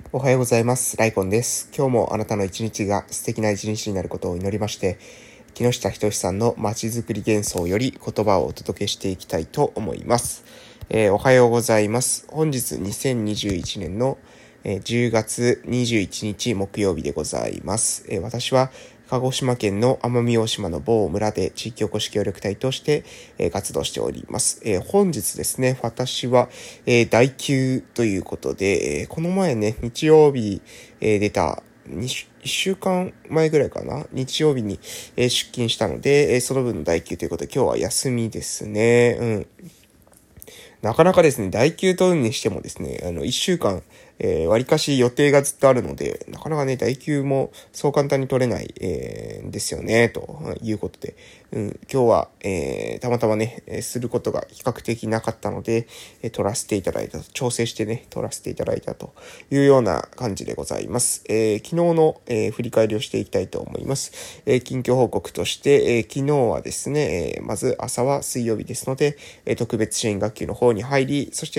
おはようございます。ライコンです。今日もあなたの一日が素敵な一日になることを祈りまして、木下仁さんのまちづくり幻想より言葉をお届けしていきたいと思います。おはようございます。本日2021年の10月21日木曜日でございます。私は鹿児島県の奄美大島の某村で地域おこし協力隊として活動しております。本日ですね、私は代休ということで、この前ね、日曜日出た1週間前ぐらいかな、日曜日に出勤したので、その分の代休ということで今日は休みですね。なかなかですね、代休取るにしてもですね、1週間、割かし予定がずっとあるので、なかなかね、代休もそう簡単に取れない、ですよね、ということで、今日は、たまたまね、することが比較的なかったので、取らせていただいた、調整してね、取らせていただいたというような感じでございます。昨日の、振り返りをしていきたいと思います。近況報告として、昨日はですね、まず朝は水曜日ですので、特別支援学級の方に入り、そして、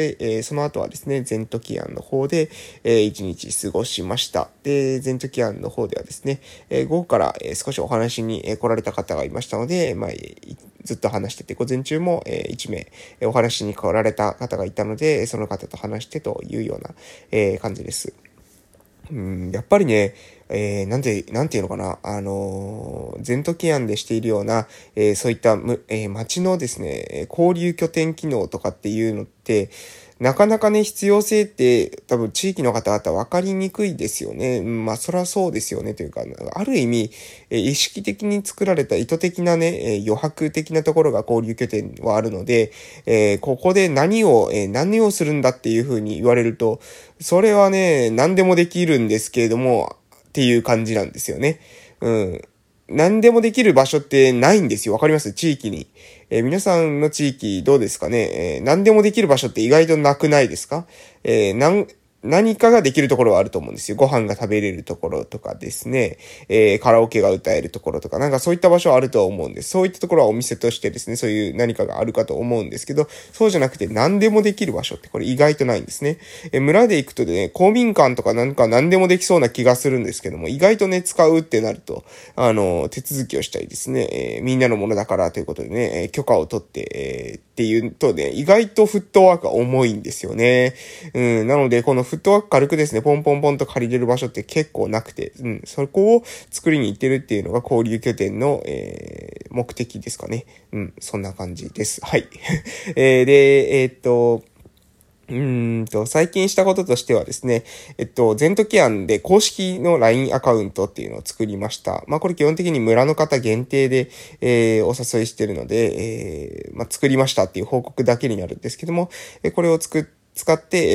その後はですね、ゼントキアンの方で、一日過ごしました。で、ゼントキアンの方ではですね、午後から、少しお話に、来られた方がいましたので、ずっと話してて、午前中も、1名、お話しに来られた方がいたので、その方と話してというような、感じです。やっぱりね、なんていうのかな、ゼントキアンでしているような、そういった、街のですね、交流拠点機能とかっていうのって、なかなかね、必要性って多分地域の方々分かりにくいですよね。そりゃそうですよねというか、ある意味、意識的に作られた意図的なね、余白的なところが交流拠点はあるので、ここで何をするんだっていうふうに言われると、それはね、何でもできるんですけれども、っていう感じなんですよね。何でもできる場所ってないんですよ。わかります？地域に。皆さんの地域どうですかね。何でもできる場所って意外となくないですか？何かができるところはあると思うんですよ。ご飯が食べれるところとかですね。カラオケが歌えるところとか、なんかそういった場所はあると思うんです。そういったところはお店としてですね、そういう何かがあるかと思うんですけど、そうじゃなくて何でもできる場所ってこれ意外とないんですね。村で行くとね、公民館とかなんか何でもできそうな気がするんですけども、意外とね、使うってなると、手続きをしたりですね、みんなのものだからということでね、許可を取って、っていうとね、意外とフットワークが重いんですよね。なので、このフットワーク軽くですね、ポンポンポンと借りれる場所って結構なくて、そこを作りに行ってるっていうのが交流拠点の、目的ですかね。そんな感じです。はい。最近したこととしてはですね、ゼントキアンで公式の LINE アカウントっていうのを作りました。これ基本的に村の方限定で、お誘いしてるので、作りましたっていう報告だけになるんですけども、これを使って、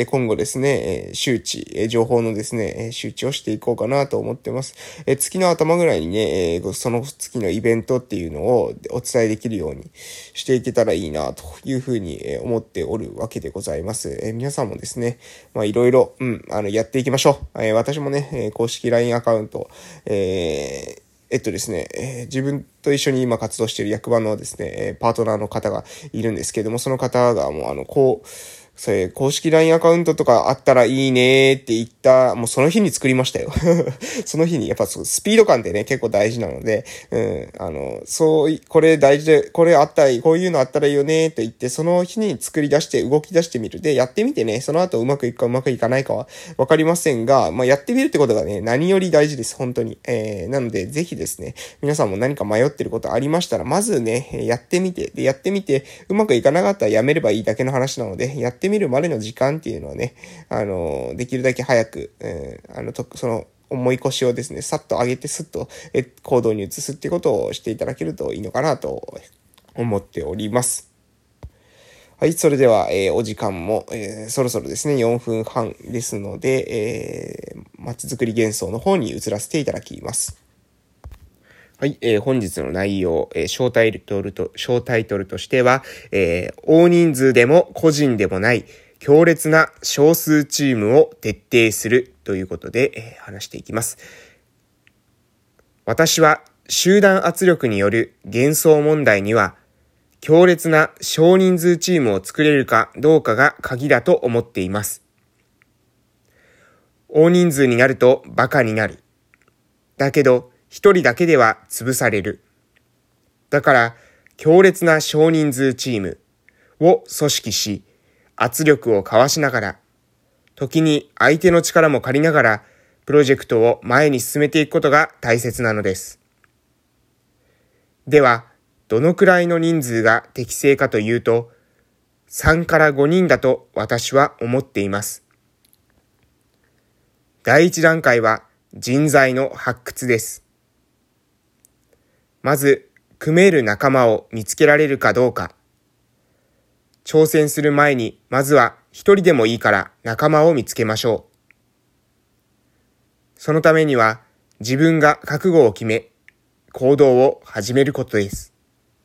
今後ですね、情報のですね、周知をしていこうかなと思ってます。月の頭ぐらいにね、その月のイベントっていうのをお伝えできるようにしていけたらいいなというふうに思っておるわけでございます。皆さんもですね、いろいろ、やっていきましょう。私もね、公式 LINE アカウント、ですね、自分と一緒に今活動している役場のですね、パートナーの方がいるんですけれども、その方がもう公式 LINE アカウントとかあったらいいねって言った、もうその日に作りましたよ。その日に、やっぱスピード感ってね、結構大事なので、これ大事で、こういうのあったらいいよねと言って、その日に作り出して動き出してみる。で、やってみてね、その後うまくいくかうまくいかないかはわかりませんが、やってみるってことがね、何より大事です、本当に。なので、ぜひですね、皆さんも何か迷ってることありましたら、まずね、やってみて、うまくいかなかったらやめればいいだけの話なので、やってみるまでの時間っていうのはね、できるだけ早く、その重い腰をですね、さっと上げてスッと行動に移すっていうことをしていただけるといいのかなと思っております。はい、それでは、お時間も、そろそろですね、4分半ですので、まちづくり幻想の方に移らせていただきます。はい、本日の内容、小タイトルとしては、大人数でも個人でもない強烈な少数チームを徹底するということで、話していきます。私は集団圧力による幻想問題には強烈な少人数チームを作れるかどうかが鍵だと思っています。 大人数になるとバカになる。だけど、一人だけでは潰される。だから、強烈な少人数チームを組織し、圧力をかわしながら、時に相手の力も借りながら、プロジェクトを前に進めていくことが大切なのです。では、どのくらいの人数が適正かというと、3から5人だと私は思っています。第一段階は人材の発掘です。まず、組める仲間を見つけられるかどうか。挑戦する前に、まずは一人でもいいから仲間を見つけましょう。そのためには、自分が覚悟を決め、行動を始めることです。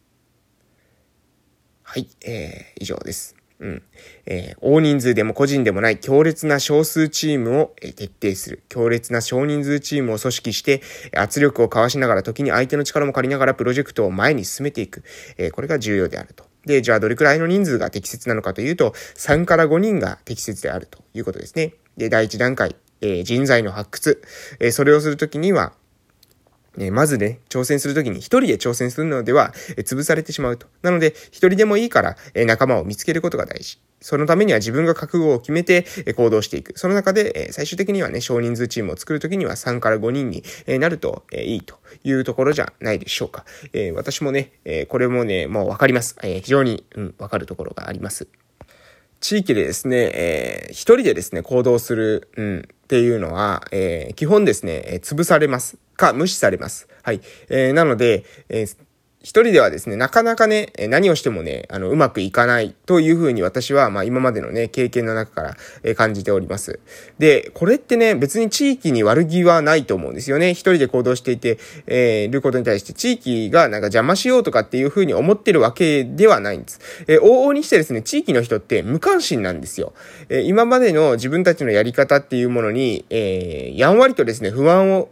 はい、以上です。大人数でも個人でもない強烈な少数チームを徹底する。強烈な少人数チームを組織して圧力をかわしながら時に相手の力も借りながらプロジェクトを前に進めていく。これが重要であると。で、じゃあどれくらいの人数が適切なのかというと3から5人が適切であるということですね。で、第一段階、人材の発掘。それをするときにはまずね、挑戦するときに一人で挑戦するのでは潰されてしまうと。なので、一人でもいいから仲間を見つけることが大事。そのためには自分が覚悟を決めて行動していく。その中で最終的にはね、少人数チームを作るときには3から5人になるといいというところじゃないでしょうか。私もね、これもね、もうわかります。非常にわかるところがあります。地域でですね、一人でですね、行動する、っていうのは、基本ですね、潰されますか、無視されます。はい。なので、一人ではですね、なかなかね、何をしてもね、うまくいかないというふうに私は、今までのね、経験の中から、感じております。で、これってね、別に地域に悪気はないと思うんですよね。一人で行動していて、ることに対して、地域がなんか邪魔しようとかっていうふうに思ってるわけではないんです。往々にしてですね、地域の人って無関心なんですよ。今までの自分たちのやり方っていうものに、やんわりとですね、不満を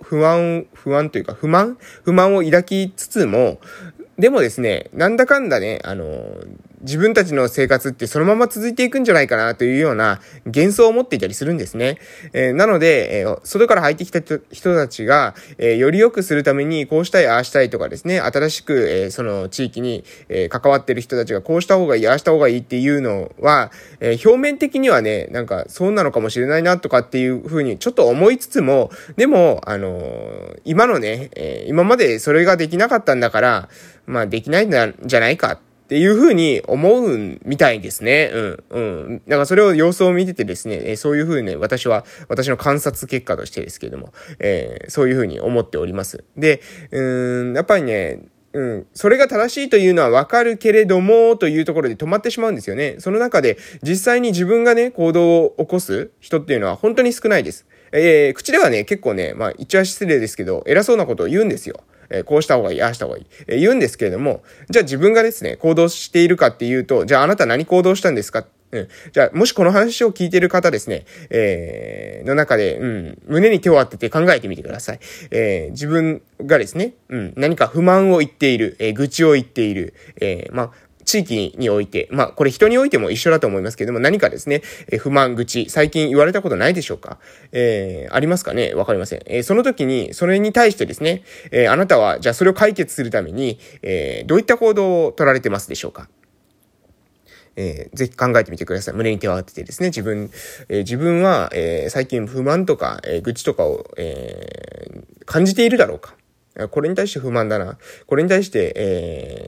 抱きつつも、でもですね、なんだかんだね、自分たちの生活ってそのまま続いていくんじゃないかなというような幻想を持っていたりするんですね。なので、外から入ってきた人たちが、より良くするためにこうしたい、ああしたいとかですね、新しく、その地域に、関わってる人たちがこうした方がいい、ああした方がいいっていうのは、表面的にはね、なんかそうなのかもしれないなとかっていうふうにちょっと思いつつも、でも、今のね、今までそれができなかったんだから、できないんじゃないかっていう風に思うみたいですね。だからそれを様子を見ててですね、そういう風にね、私の観察結果としてですけれども、そういう風に思っております。で、やっぱりね、それが正しいというのはわかるけれども、というところで止まってしまうんですよね。その中で、実際に自分がね、行動を起こす人っていうのは本当に少ないです。口ではね、結構ね、言っちゃ失礼ですけど、偉そうなことを言うんですよ。こうした方がいい、ああした方がいい、言うんですけれども、じゃあ自分がですね、行動しているかっていうと、じゃああなた何行動したんですか？じゃあ、もしこの話を聞いている方ですね、の中で、胸に手を当てて考えてみてください。自分がですね、何か不満を言っている、愚痴を言っている、地域において、これ人においても一緒だと思いますけれども、何かですね、不満、愚痴、最近言われたことないでしょうか？ありますかね？わかりません。その時に、それに対してですね、あなたは、じゃあそれを解決するために、どういった行動を取られてますでしょうか？ぜひ考えてみてください。胸に手を当ててですね、自分は、最近不満とか、愚痴とかを、感じているだろうか？これに対して不満だな。これに対して、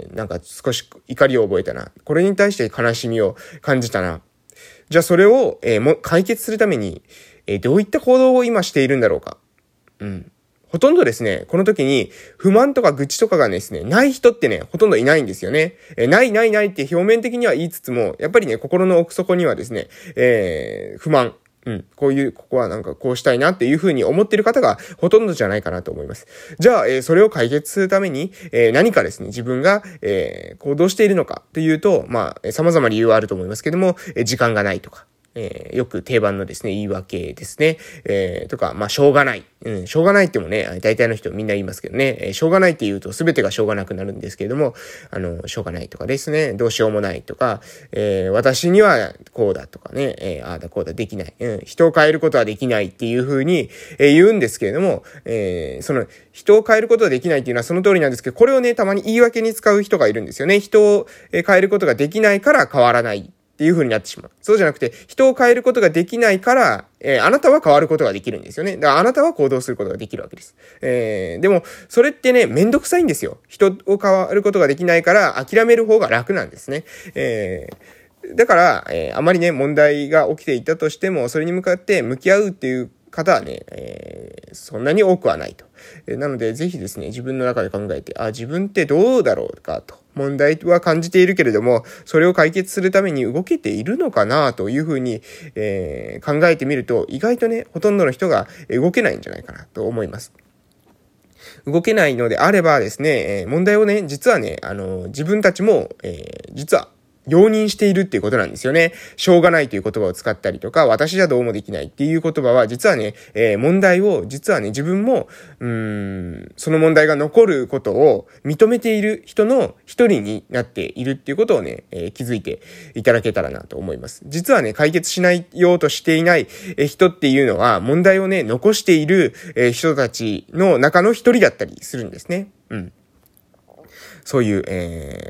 なんか少し怒りを覚えたな。これに対して悲しみを感じたな。じゃあそれを、解決するために、どういった行動を今しているんだろうか。ほとんどですね、この時に不満とか愚痴とかがですね、ない人ってね、ほとんどいないんですよね。ないって表面的には言いつつも、やっぱりね、心の奥底にはですね、不満。ここはなんかこうしたいなっていうふうに思っている方がほとんどじゃないかなと思います。じゃあ、それを解決するために、何かですね、自分が、行動しているのかというと、様々理由はあると思いますけども、時間がないとか、 よく定番のですね、言い訳ですね。とか、しょうがない。しょうがないってもね、大体の人みんな言いますけどね、しょうがないって言うと全てがしょうがなくなるんですけれども、しょうがないとかですね、どうしようもないとか、私にはこうだとかね、ああだこうだできない。人を変えることはできないっていう風に、言うんですけれども、その人を変えることはできないっていうのはその通りなんですけど、これをね、たまに言い訳に使う人がいるんですよね。人を変えることができないから変わらない。っていう風になってしまう。そうじゃなくて、人を変えることができないから、あなたは変わることができるんですよね。だからあなたは行動することができるわけです。でも、それってね、めんどくさいんですよ。人を変わることができないから諦める方が楽なんですね。だから、あまりね、問題が起きていたとしても、それに向かって向き合うっていう方はね、そんなに多くはないと。なので、ぜひですね、自分の中で考えて、自分ってどうだろうかと。問題は感じているけれども、それを解決するために動けているのかなというふうに、考えてみると、意外とね、ほとんどの人が動けないんじゃないかなと思います。動けないのであればですね、問題をね、実はね、自分たちも、実は、容認しているっていうことなんですよね。しょうがないという言葉を使ったりとか、私じゃどうもできないっていう言葉は、実はね、問題を、実はね、自分も、その問題が残ることを認めている人の一人になっているっていうことをね、気づいていただけたらなと思います。実はね、解決しないようとしていない人っていうのは、問題をね、残している人たちの中の一人だったりするんですね。そういう、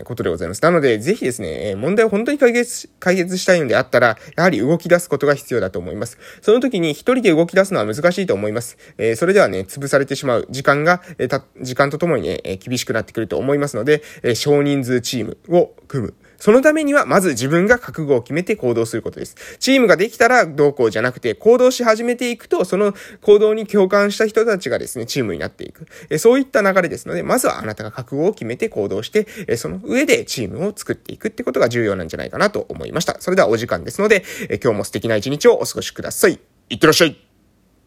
ことでございます。なので、ぜひですね、問題を本当に解決したいのであったら、やはり動き出すことが必要だと思います。その時に一人で動き出すのは難しいと思います。それではね、潰されてしまう時間とともにね、厳しくなってくると思いますので、少人数チームを組む。そのためには、まず自分が覚悟を決めて行動することです。チームができたらどうこうじゃなくて、行動し始めていくと、その行動に共感した人たちがですね、チームになっていく。そういった流れですので、まずはあなたが覚悟を決めて行動して、その上でチームを作っていくってことが重要なんじゃないかなと思いました。それではお時間ですので、今日も素敵な一日をお過ごしください。いってらっしゃい。